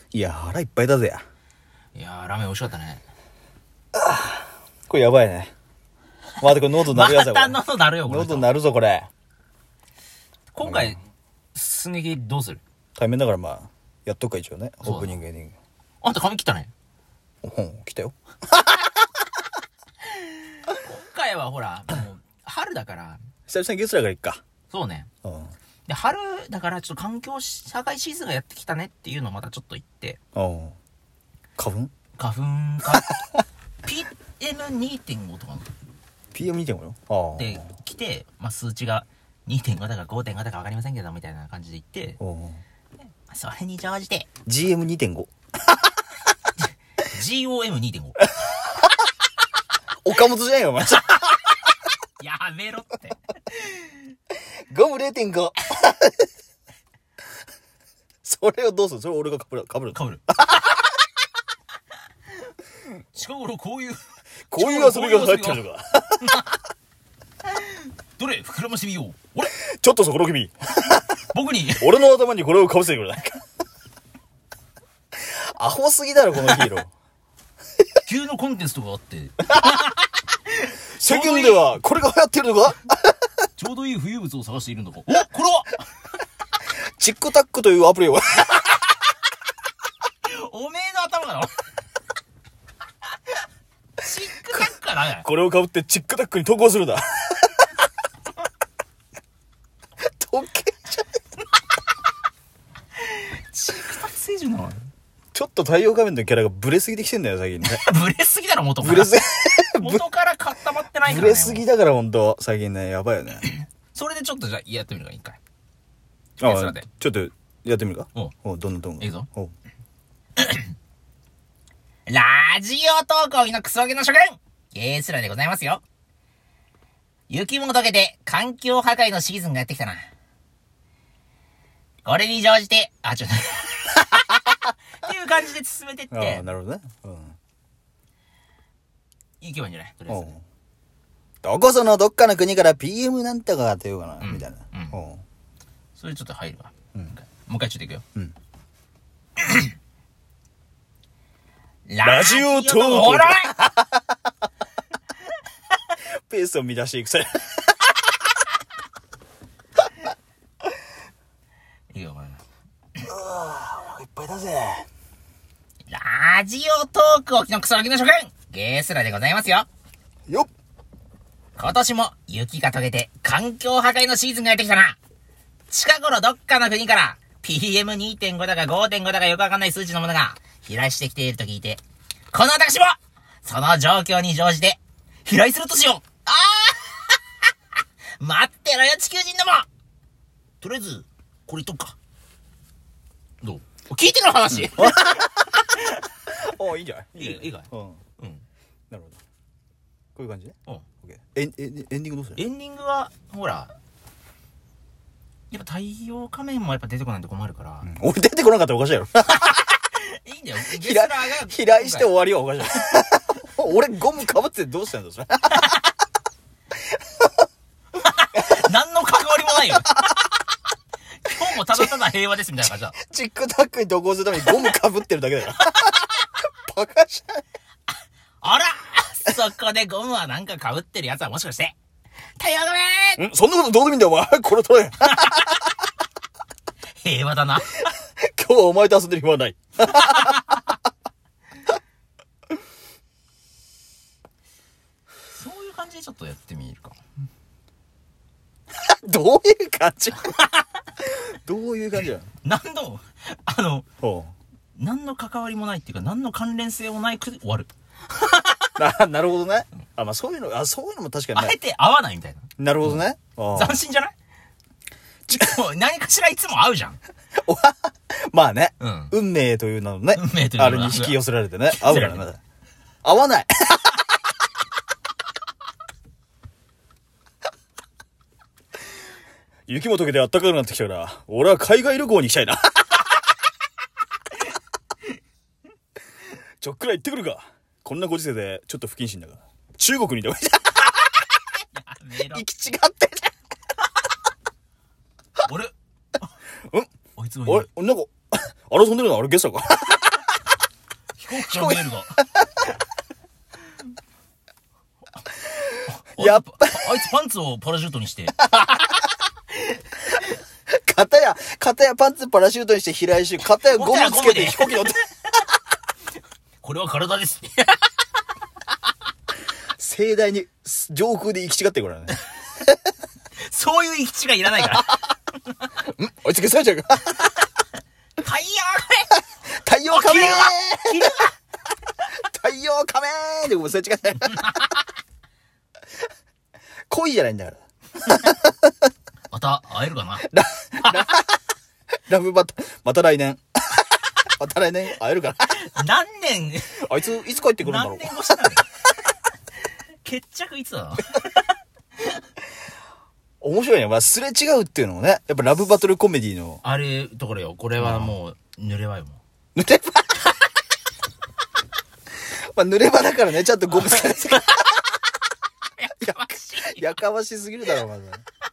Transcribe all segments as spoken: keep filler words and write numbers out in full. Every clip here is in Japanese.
いや、腹いっぱいだぜや。 いやー、ラーメン美味しかったね。 これやばいね。またこれ喉鳴るやつだまた喉鳴るよ、これ。 喉鳴るぞ、これ。 今回、すねぎどうする？ 対面だからまあ、やっとくか一応ね。オープニングエンディング。 あんた髪切ったね。 うん、来たよ。 今回はほら、もう、春だから。 久々にゲストだからいっか。 そうね。 うん。 で、春だからちょっと環境社会シーズンがやってきたねっていうのをまたちょっと言って。 うん。花粉花粉か、ピーエムにてんご とかピーエムにてんご よ。ああ。 で、来て、まあ、数値がにてんごだかごてんごだかわかりませんけど、みたいな感じで言って、 うん。 それに乗じて、 ジーエムにてんご。 ジーオーエムにてんご。 岡本じゃんよ、お前。 やめろって。 ゴム れいてんご。それをどうする？それ俺がかぶる。かぶる。 かぶる。近頃こういう、 こういう遊びが入ってるのか。 どれ膨らましてみよう。俺ちょっとそこの君。 僕に。 俺の頭にこれをかぶせてくれないか。アホすぎだろ、このヒーロー。 急のコンテンツとかあって。 世間ではこれが流行ってるのか？ ちょうどいい浮遊物を探しているのか。お、これはチックタックというアプリを。 おめえの頭だろ。チックタックかな。 これを被ってチックタックに投稿するんだ。時計じゃねチックタック星人なの。 ちょっと太陽仮面のキャラがブレすぎてきてんだよ、最近ね。 ブレすぎだろ、元から。 ブレすぎ。 元から固まってないからね。 ブレすぎだから、ほんと。最近ね、やばいよね。 それでちょっとじゃあやってみるか、一回。 ああ、ちょっとやってみるか。 おう。 おう、どんどんどんどん。 いいぞ。 おう。 ラジオトーク沖のクソゲの諸君、ゲースラでございますよ。雪も溶けて環境破壊のシーズンがやってきたな。これに乗じて、あ、ちょっと。っていう感じで進めてって。 ああ、なるほどね。うん。 いけばいいんじゃない？とりあえず。 どこそのどっかの国から ピーエム なんとかが当てようかな、 うん、 みたいな。 うん。それちょっと入るわ。 うん。 もう一回ちょっといくよ。 うん。 ラジオトーク。 おらいペースを乱していくそれ。 いいよ、これ。 ああ、いっぱいだぜ。 ラジオトーク沖のクソ沖の諸君、ゲースラでございますよ。 よっ。 今年も雪が溶けて環境破壊のシーズンがやってきたな。近頃どっかの国から ピーエムにてんご だか ごてんご だかよくわかんない数値のものが飛来してきていると聞いて、この私もその状況に乗じて飛来するとしよう。あー待ってろよ地球人ども。とりあえずこれ言っとくか。どう？聞いてる話。うん、 おいいんじゃない？ いいいいかい？うん。うん。 なるほど。こういう感じね。 うん。 エン、エン、エンディングどうする？ エンディングは、ほら、やっぱ太陽仮面もやっぱ出てこないと困るから。 うん、俺出てこなかったらおかしいやろ。 いいんだよ。 ひら、飛来して終わりはおかしい。俺ゴム被ってどうしたんだそれ。 何の関わりもないよ。今日もただただ平和ですみたいな感じだ。 チックタックに投稿するためにゴム被ってるだけだよ。バカじゃん。 あらそこでゴムはなんか被ってるやつはもしかして、太陽仮面んそんなことどうでもいいんだよ、お前。これ取れ。 平和だな。 今日はお前と遊んでる暇はない。 そういう感じでちょっとやってみるか。 どういう感じ？どういう感じだよ。 何の、あの、 おう何の関わりもないっていうか、何の関連性もないくで終わる。 な、なるほどね。あ、まあそういうの、あ、そういうのも確かにね。 あえて合わないみたいな。 なるほどね。 うん、斬新じゃない？もう何かしらいつも合うじゃん。 まあね、 うん。 運命という名のね。 運命という名のあれに引き寄せられてね。合うからね。合わない。雪も溶けて暖かくなってきたから、俺は海外旅行に行きたいな。ちょっくら行ってくるか。こんなご時世でちょっと不謹慎だが。中国にでも行きたい。行き違ってる。 あれ？ うん？ あいつはあれなんか、あの飛んでるのあれゲストか。 飛行機が見えるが。 やっぱあいつパンツをパラシュートにして。 片や、片やパンツパラシュートにして平井し、片やゴムつけて飛行機乗って。 これは体です。 盛大に上空で行き違ってるからね。 そういう行き違いいらないから。 ん追いつけされちゃうか。 太陽太陽仮面切るわ太陽仮面でごめん、それ違ったよ。恋じゃないんだから。 また会えるかな。 ラ、ラ、ラブバト、また来年。また来年会えるかな。 何年あいついつ帰ってくるんだろう。 何年越しなの決着いつだな。 面白いね。まあ、すれ違うっていうのもね、やっぱラブバトルコメディの。 あれところよ。これはもう濡れ場よ。もう濡れ場まあ、濡れ場だからね、ちゃんとゴムつけて。やかましい。やかましすぎるだろ、まず。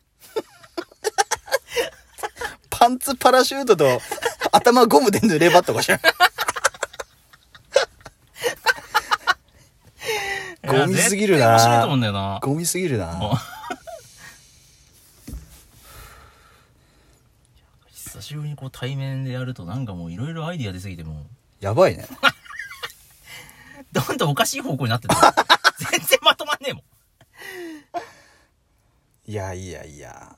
パンツパラシュートと頭ゴムで濡れ場とかしら。ゴミすぎるな。 面白いと思うんだよな。 ゴミすぎるな。 久しぶりにこう対面でやるとなんかもういろいろアイディア出すぎてもやばいね。 どんどんおかしい方向になってた。全然まとまんねえもん。 いやいやいや。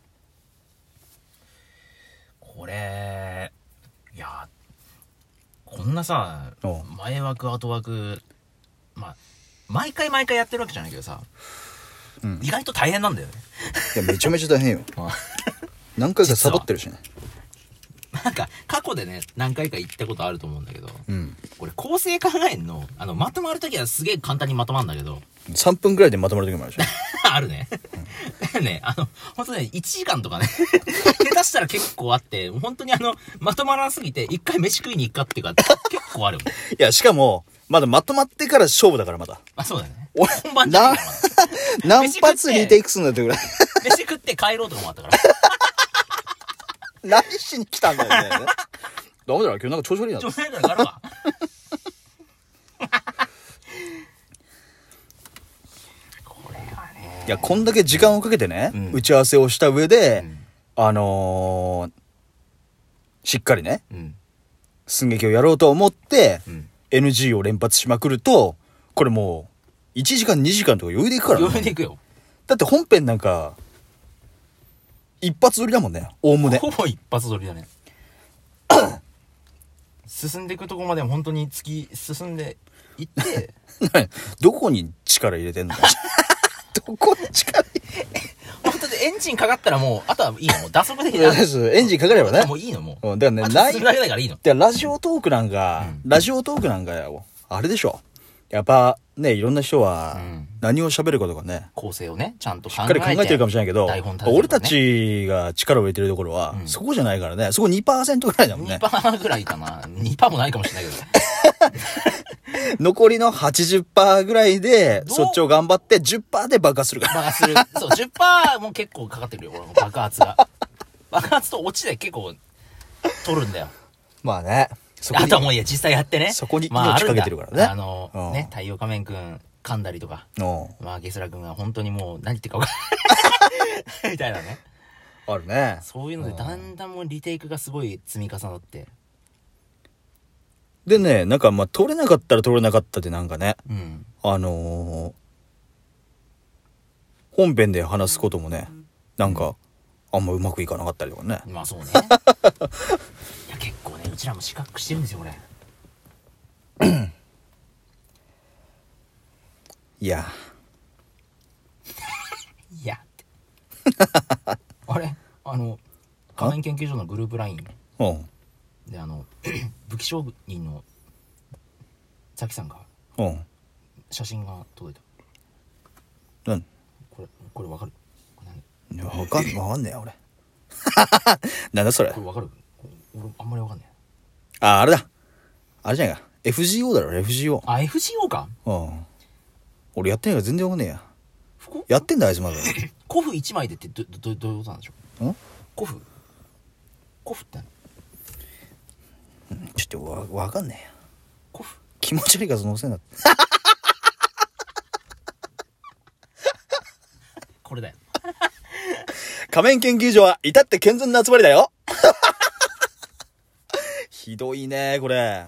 これ、いや、こんなさ、前枠後枠、まあ、毎回毎回やってるわけじゃないけどさ、うん、意外と大変なんだよね。 いや、めちゃめちゃ大変よ。何回かサボってるしね。 なんか、過去でね、何回か言ったことあると思うんだけど、 うん、これ構成考えんの、あの、まとまるときはすげえ簡単にまとまるんだけど、 さんぷんくらいでまとまるときもあるでしょ。 あるね。うん、ね、あの、ほんとね、いちじかんとかね、下手したら結構あって、本当にあの、まとまらなすぎて、一回飯食いに行くかっていうか、結構あるもん。いや、しかも、まだまとまってから勝負だからまだ。 あ、そうだよね。 俺、 本番じゃないからな何発リテイクすんだってぐらい。 飯食って帰ろうとかもあったから。 何しに来たんだよね。ダメだろ、今日なんか調子悪いな。 調子悪いから帰ろうか。 いや、こんだけ時間をかけてね、うん、打ち合わせをした上で、うん、あのー、しっかりね、うん、寸劇をやろうと思って、うん、エヌジー を連発しまくると、これもう、いちじかんにじかんとか余裕でいくからね。 余裕でいくよ。 だって本編なんか、一発撮りだもんね、おおむね。 ほぼ一発撮りだね。進んでいくとこまで本当に突き進んでいって、 どこに力入れてんのどこに力入れて本当でエンジンかかったらもう、あとはいいの、もう打足でいいな。 エンジンかかればね。 もういいの、もう。 うん、だからね、 ない。だけだからいいの。 で、ラジオトークなんか、うん、ラジオトークなんかよ、あれでしょ。やっぱ、ね、いろんな人は、何を喋るかとかね、 うん。構成をね、ちゃんと考えて。 しっかり考えてるかもしれないけど、ね、俺たちが力を入れてるところは、うん、そこじゃないからね、そこ にパーセント ぐらいだもんね。 にパーセント ぐらいかな。にパーセント もないかもしれないけど。 残りの はちじゅっパーセント ぐらいで、そっちを頑張って じゅっパーセント で爆発するから。 爆発する。そう、じゅっパーセント も結構かかってくるよ、俺も爆発が。爆発と落ちで結構、取るんだよ。 まあね。 そこあとはもういや、実際やってね。 そこに命かけてるからね。 まあ、あの、うん、ね、太陽仮面くん噛んだりとか。まあ、ゲスラくんが本当にもう何言ってるか分かんない。みたいなね。 あるね。 そういうので、だんだんもうリテイクがすごい積み重なって。 でね、なんかまあ、撮れなかったら撮れなかったでなんかね。 うん、 あのー、本編で話すこともね、なんか、あんまうまくいかなかったりとかね。 まあそうね。いや、結構ね、うちらも資格してるんですよ、俺。 いや。 いやって。あれあの、仮面研究所のグループライン。 うん。 で、あの、武器商人の、ザキさんが、 うん。 写真が届いた。何これ、これわかる？これ何？いや、わかん、わかんねえよ、俺。なんだそれ。 これわかる？俺、あんまりわかんねえ。 あ、あれだ。あれじゃないか。エフジーオー だろ、エフジーオー。 あ、エフジーオー か？ うん。俺やってないから全然わかんねえや。やってんだ、あいつまだ。 コフいちまいでってど、ど、どういうことなんでしょう？ん？コフコフって何？ ちょっとわ、わかんねえや。 コフ気持ち悪い画像載せんなって。 これだよ。 仮面研究所は至って健全な集まりだよ。ひどいね、これ。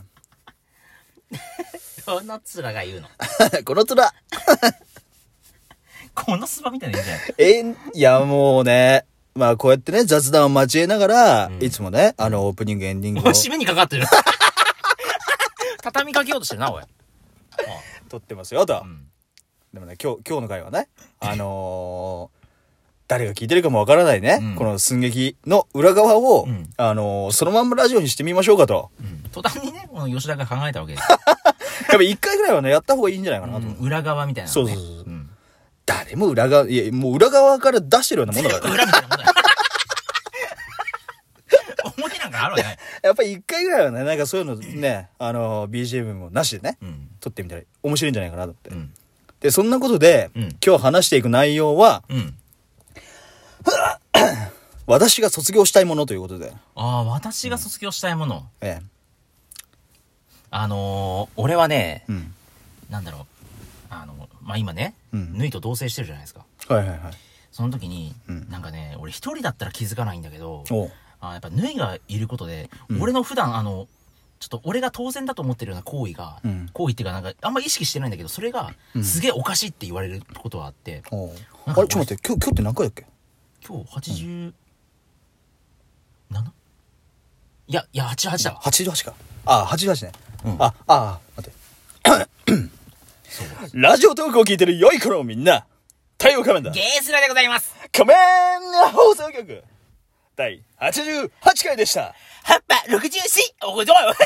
どの面が言うのこの面。 このスマみたいな言うじゃん。 えー、いやもうね、まあこうやってね、雑談を交えながら、うん、いつもね、あの、オープニングエンディングを。 締めにかかってる。畳みかけようとしてるな、おい。 撮ってますよ、と。うん、でもね、今日、今日の回はね、あのー、誰が聞いてるかもわからないね、うん、この寸劇の裏側を、うん、あのー、そのまんまラジオにしてみましょうかと。 うん、途端にね、この吉田が考えたわけです。 やっぱ一回ぐらいはね、やった方がいいんじゃないかなと、うん。 裏側みたいな、ね。そうそうそう。うん、 誰も裏側、いや、もう裏側から出してるようなもんだから。 裏みたいなもんだよ。表なんかあるわけない。 やっぱり一回ぐらいはね、なんかそういうのね、あのー、ビージーエム もなしでね、うん、撮ってみたら面白いんじゃないかなと思って。うん、で、そんなことで、うん、今日話していく内容は、うん、私が卒業したいものということで。 ああ、私が卒業したいもの。 うん、ええ。 あのー、俺はね、うん、なんだろう、あの、まあ、今ね、うん、ぬいと同棲してるじゃないですか。 はいはいはい。 その時に、うん、なんかね、俺一人だったら気づかないんだけど、あやっぱぬいがいることで、うん、俺の普段あの、ちょっと俺が当然だと思ってるような行為が、うん、行為っていうかなんかあんま意識してないんだけど、それがすげえおかしいって言われることはあって。 うん、あれちょっと待って、今日、今日って何回だっけ？ 今日はちじゅうなな？ いや、いや、はちじゅうはちだわ。 はちじゅうはちか。ああ、はちじゅうはちね。うん、あ、あ、待って。ラジオトークを聞いてる良い子のみんな、太陽仮面だ。 ゲースラでございます。 仮面放送局第はちじゅうはちかいでした。 葉っぱろくじゅうよん、おごどう